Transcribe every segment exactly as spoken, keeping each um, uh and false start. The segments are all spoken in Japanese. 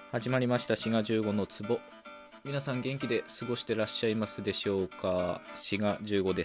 始まりましたしがじゅうごの壺。皆さん元気で過ごしてらっしゃいますでしょうか。しがじゅうごです。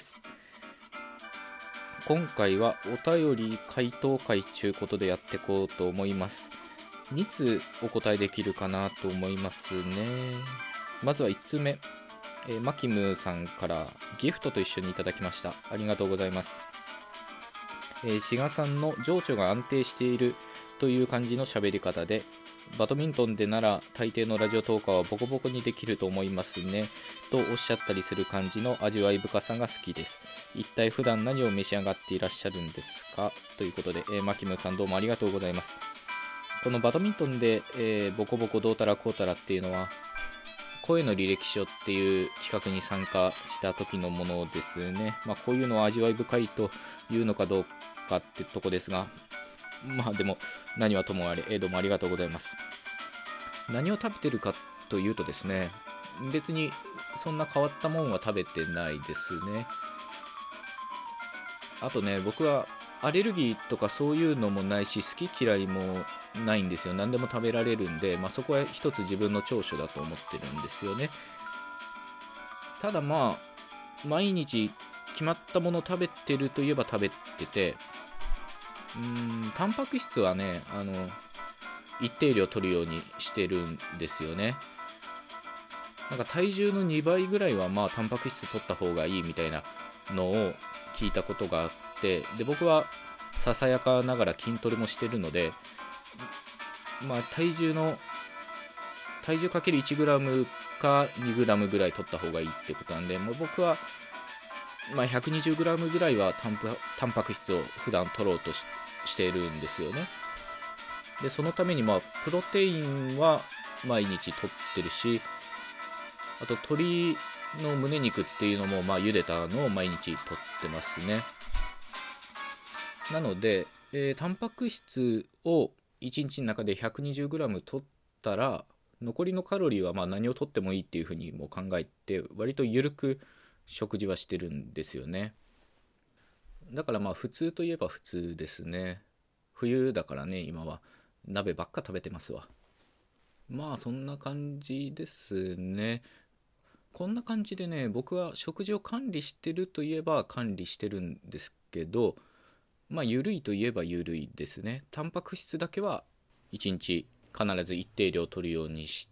今回はお便り回答会ということでやっていこうと思います。に通お答えできるかなと思いますね。まずはいちつめ、えー、マキムさんからギフトと一緒にいただきました。ありがとうございます。えー、志賀さんの情緒が安定しているという感じの喋り方で、バドミントンでなら大抵のラジオトーカーはボコボコにできると思いますねとおっしゃったりする感じの味わい深さが好きです。一体普段何を召し上がっていらっしゃるんですかということで、えー、マキムさんどうもありがとうございます。このバドミントンで、えー、ボコボコどうたらこうたらっていうのは声の履歴書っていう企画に参加した時のものですね。まあ、こういうのは味わい深いというのかどうかってとこですが、まあでも何はともあれ、えー、どうもありがとうございます。何を食べてるかというとですね、別にそんな変わったもんは食べてないですね。あとね、僕はアレルギーとかそういうのもないし、好き嫌いもないんですよ。何でも食べられるんで、まあ、そこは一つ自分の長所だと思ってるんですよね。ただまあ毎日決まったもの食べてるといえば食べてて、うーんタンパク質はね、あの一定量取るようにしてるんですよね。なんか体重のにばいぐらいはまあタンパク質取った方がいいみたいなのを聞いたことがあって、で僕はささやかながら筋トレもしてるので、まあ体重の体重かける いちグラム か にグラム ぐらい取った方がいいってことなんで、もう僕はまあ ひゃくにじゅうグラム ぐらいはタンパタンパク質を普段取ろうと し, しているんですよね。でそのためにまあプロテインは毎日取ってるし、あと鶏の胸肉っていうのもまあ茹でたのを毎日取ってますね。なので、えー、タンパク質をいちにちの中で ひゃくにじゅうグラム 取ったら残りのカロリーはまあ何を取ってもいいっていうふうにも考えて、割と緩く食事はしてるんですよね。だからまあ普通といえば普通ですね。冬だからね、今は鍋ばっか食べてますわ。まあそんな感じですね。こんな感じでね、僕は食事を管理してるといえば管理してるんですけど、まあ緩いといえば緩いですね。タンパク質だけはいちにち必ず一定量取るようにして、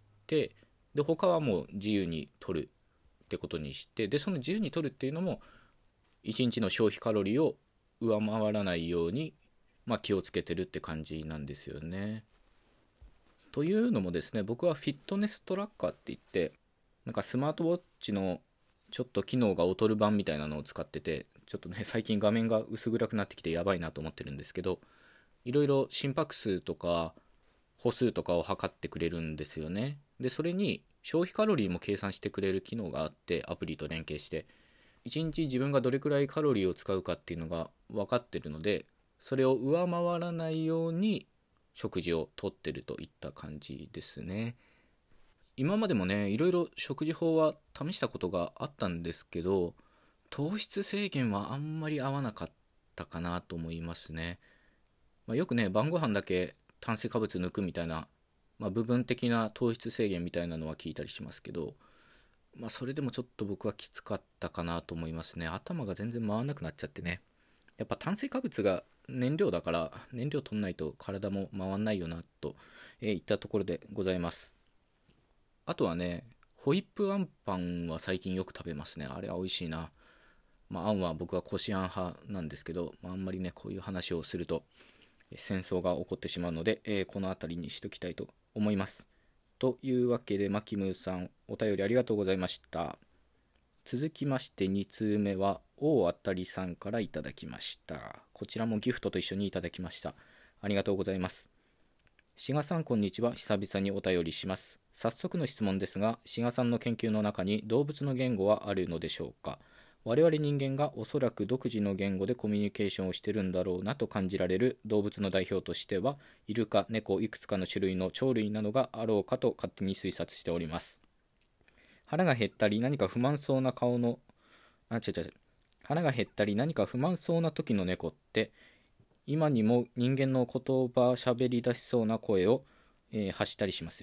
で他はもう自由に取るってことにして、でその自由に取るっていうのもいちにちの消費カロリーを上回らないように、まあ、気をつけてるって感じなんですよね。というのもですね、僕はフィットネストラッカーって言って、なんかスマートウォッチのちょっと機能が劣る版みたいなのを使ってて、ちょっとね最近画面が薄暗くなってきてやばいなと思ってるんですけど、いろいろ心拍数とか歩数とかを測ってくれるんですよね。でそれに消費カロリーも計算してくれる機能があって、アプリと連携していちにち自分がどれくらいカロリーを使うかっていうのが分かってるので、それを上回らないように食事をとってるといった感じですね。今までもねいろいろ食事法は試したことがあったんですけど、糖質制限はあんまり合わなかったかなと思いますね。まあ、よくね晩ご飯だけ炭水化物抜くみたいな、まあ、部分的な糖質制限みたいなのは聞いたりしますけど、まあそれでもちょっと僕はきつかったかなと思いますね。頭が全然回らなくなっちゃってね。やっぱ炭水化物が燃料だから、燃料取んないと体も回んないよなと、えー、いったところでございます。あとはね、ホイップあんパンは最近よく食べますね。あれは美味しいな。まああんは僕はこしあん派なんですけど、まあ、あんまりねこういう話をすると戦争が起こってしまうので、えーこの辺りにしときたいと思います。というわけでマキムーさんお便りありがとうございました。続きましてに通目は大あたりさんからいただきました。こちらもギフトと一緒にいただきました。ありがとうございます。志賀さんこんにちは。久々にお便りします。早速の質問ですが、志賀さんの研究の中に動物の言語はあるのでしょうか。我々人間がおそらく独自の言語でコミュニケーションをしてるんだろうなと感じられる動物の代表としては、イルカ、猫、いくつかの種類の鳥類などがあろうかと勝手に推察しております。腹が減ったり何か不満そうな顔のあ違う違う腹が減ったり何か不満そうな時の猫って今にも人間の言葉喋り出しそうな声を、えー発したりしますよね。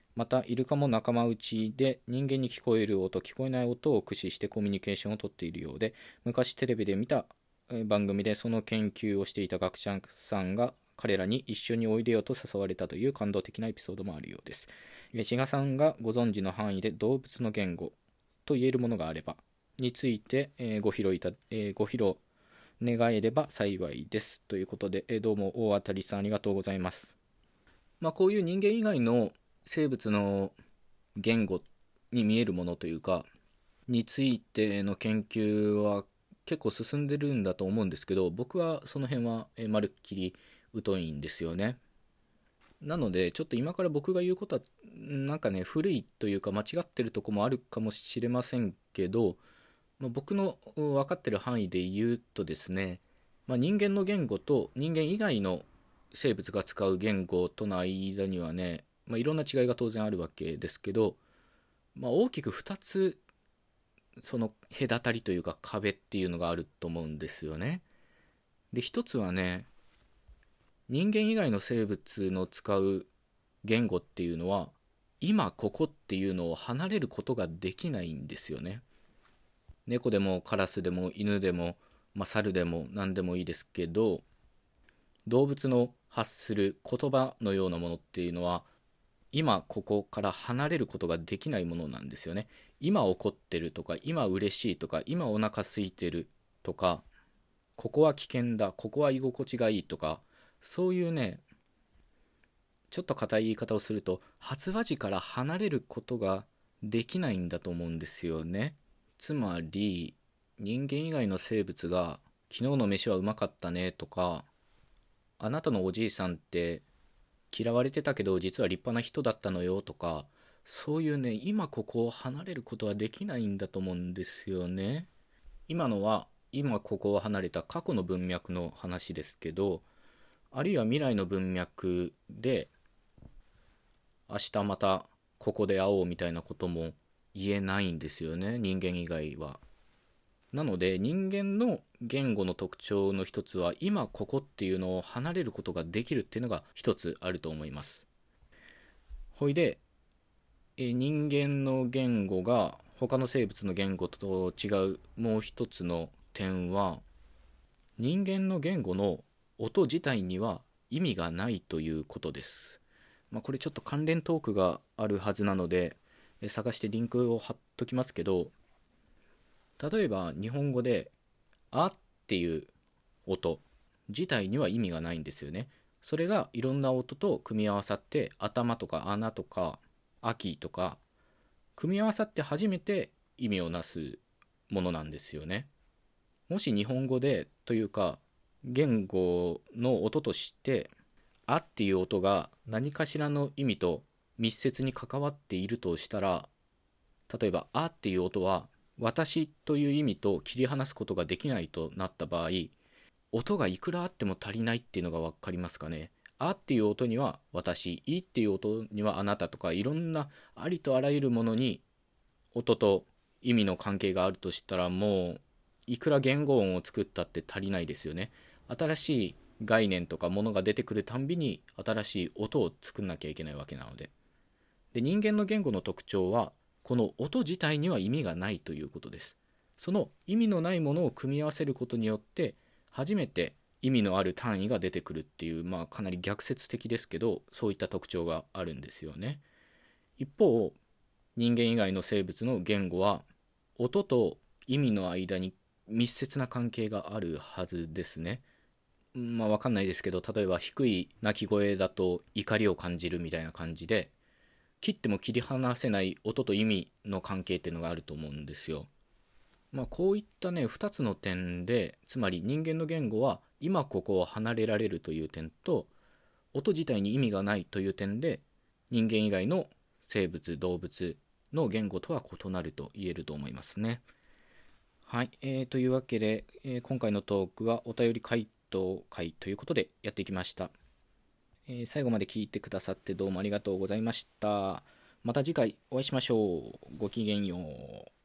またイルカも仲間内で人間に聞こえる音聞こえない音を駆使してコミュニケーションをとっているようで、昔テレビで見た番組でその研究をしていた学者さんが彼らに一緒においでよと誘われたという感動的なエピソードもあるようです。志賀さんがご存知の範囲で動物の言語と言えるものがあればについて、えー、ご披露いた、えー、ご披露願えれば幸いですということで、えー、どうも大当たりさんありがとうございます。まあ、こういう人間以外の生物の言語に見えるものというかについての研究は結構進んでるんだと思うんですけど、僕はその辺はまるっきり疎いんですよね。なのでちょっと今から僕が言うことはなんかね古いというか間違ってるとこもあるかもしれませんけど、まあ、僕の分かってる範囲で言うとですね、まあ、人間の言語と人間以外の生物が使う言語との間にはね、まあ、いろんな違いが当然あるわけですけど、まあ、大きくふたつその隔たりというか壁っていうのがあると思うんですよね。で一つはね、人間以外の生物の使う言語っていうのは今ここっていうのを離れることができないんですよね。猫でもカラスでも犬でも、まあ、猿でも何でもいいですけど、動物の発する言葉のようなものっていうのは今ここから離れることができないものなんですよね。今怒ってるとか今嬉しいとか今お腹空いてるとかここは危険だここは居心地がいいとか、そういうねちょっと硬い言い方をすると発話時から離れることができないんだと思うんですよね。つまり人間以外の生物が昨日の飯はうまかったねとか、あなたのおじいさんって嫌われてたけど実は立派な人だったのよとか、そういうね今ここを離れることはできないんだと思うんですよね。今のは今ここを離れた過去の文脈の話ですけど、あるいは未来の文脈で明日またここで会おうみたいなことも言えないんですよね、人間以外は。なので人間の言語の特徴の一つは今ここっていうのを離れることができるっていうのが一つあると思います。ほいでえ人間の言語が他の生物の言語と違うもう一つの点は、人間の言語の音自体には意味がないということです。まあ、これちょっと関連トークがあるはずなので探してリンクを貼っときますけど、例えば日本語であっていう音自体には意味がないんですよね。それがいろんな音と組み合わさって頭とか穴とか秋とか組み合わさって初めて意味をなすものなんですよね。もし日本語でというか言語の音としてあっていう音が何かしらの意味と密接に関わっているとしたら、例えばあっていう音は私という意味と切り離すことができないとなった場合、音がいくらあっても足りないっていうのが分かりますかね。あっていう音には私、いっていう音にはあなたとか、いろんなありとあらゆるものに音と意味の関係があるとしたら、もういくら言語音を作ったって足りないですよね。新しい概念とかものが出てくるたんびに新しい音を作んなきゃいけないわけなので。で、人間の言語の特徴はこの音自体には意味がないということです。その意味のないものを組み合わせることによって初めて意味のある単位が出てくるっていう、まあかなり逆説的ですけど、そういった特徴があるんですよね。一方、人間以外の生物の言語は音と意味の間に密接な関係があるはずですね。まあわかんないですけど、例えば低い鳴き声だと怒りを感じるみたいな感じで、切っても切り離せない音と意味の関係っていうのがあると思うんですよ。まあこういったねふたつの点で、つまり人間の言語は今ここを離れられるという点と、音自体に意味がないという点で人間以外の生物動物の言語とは異なると言えると思いますね。はい、えー、というわけで、えー、今回のトークはお便り回答会ということでやっていきました。えー、最後まで聞いてくださってどうもありがとうございました。また次回お会いしましょう。ごきげんよう。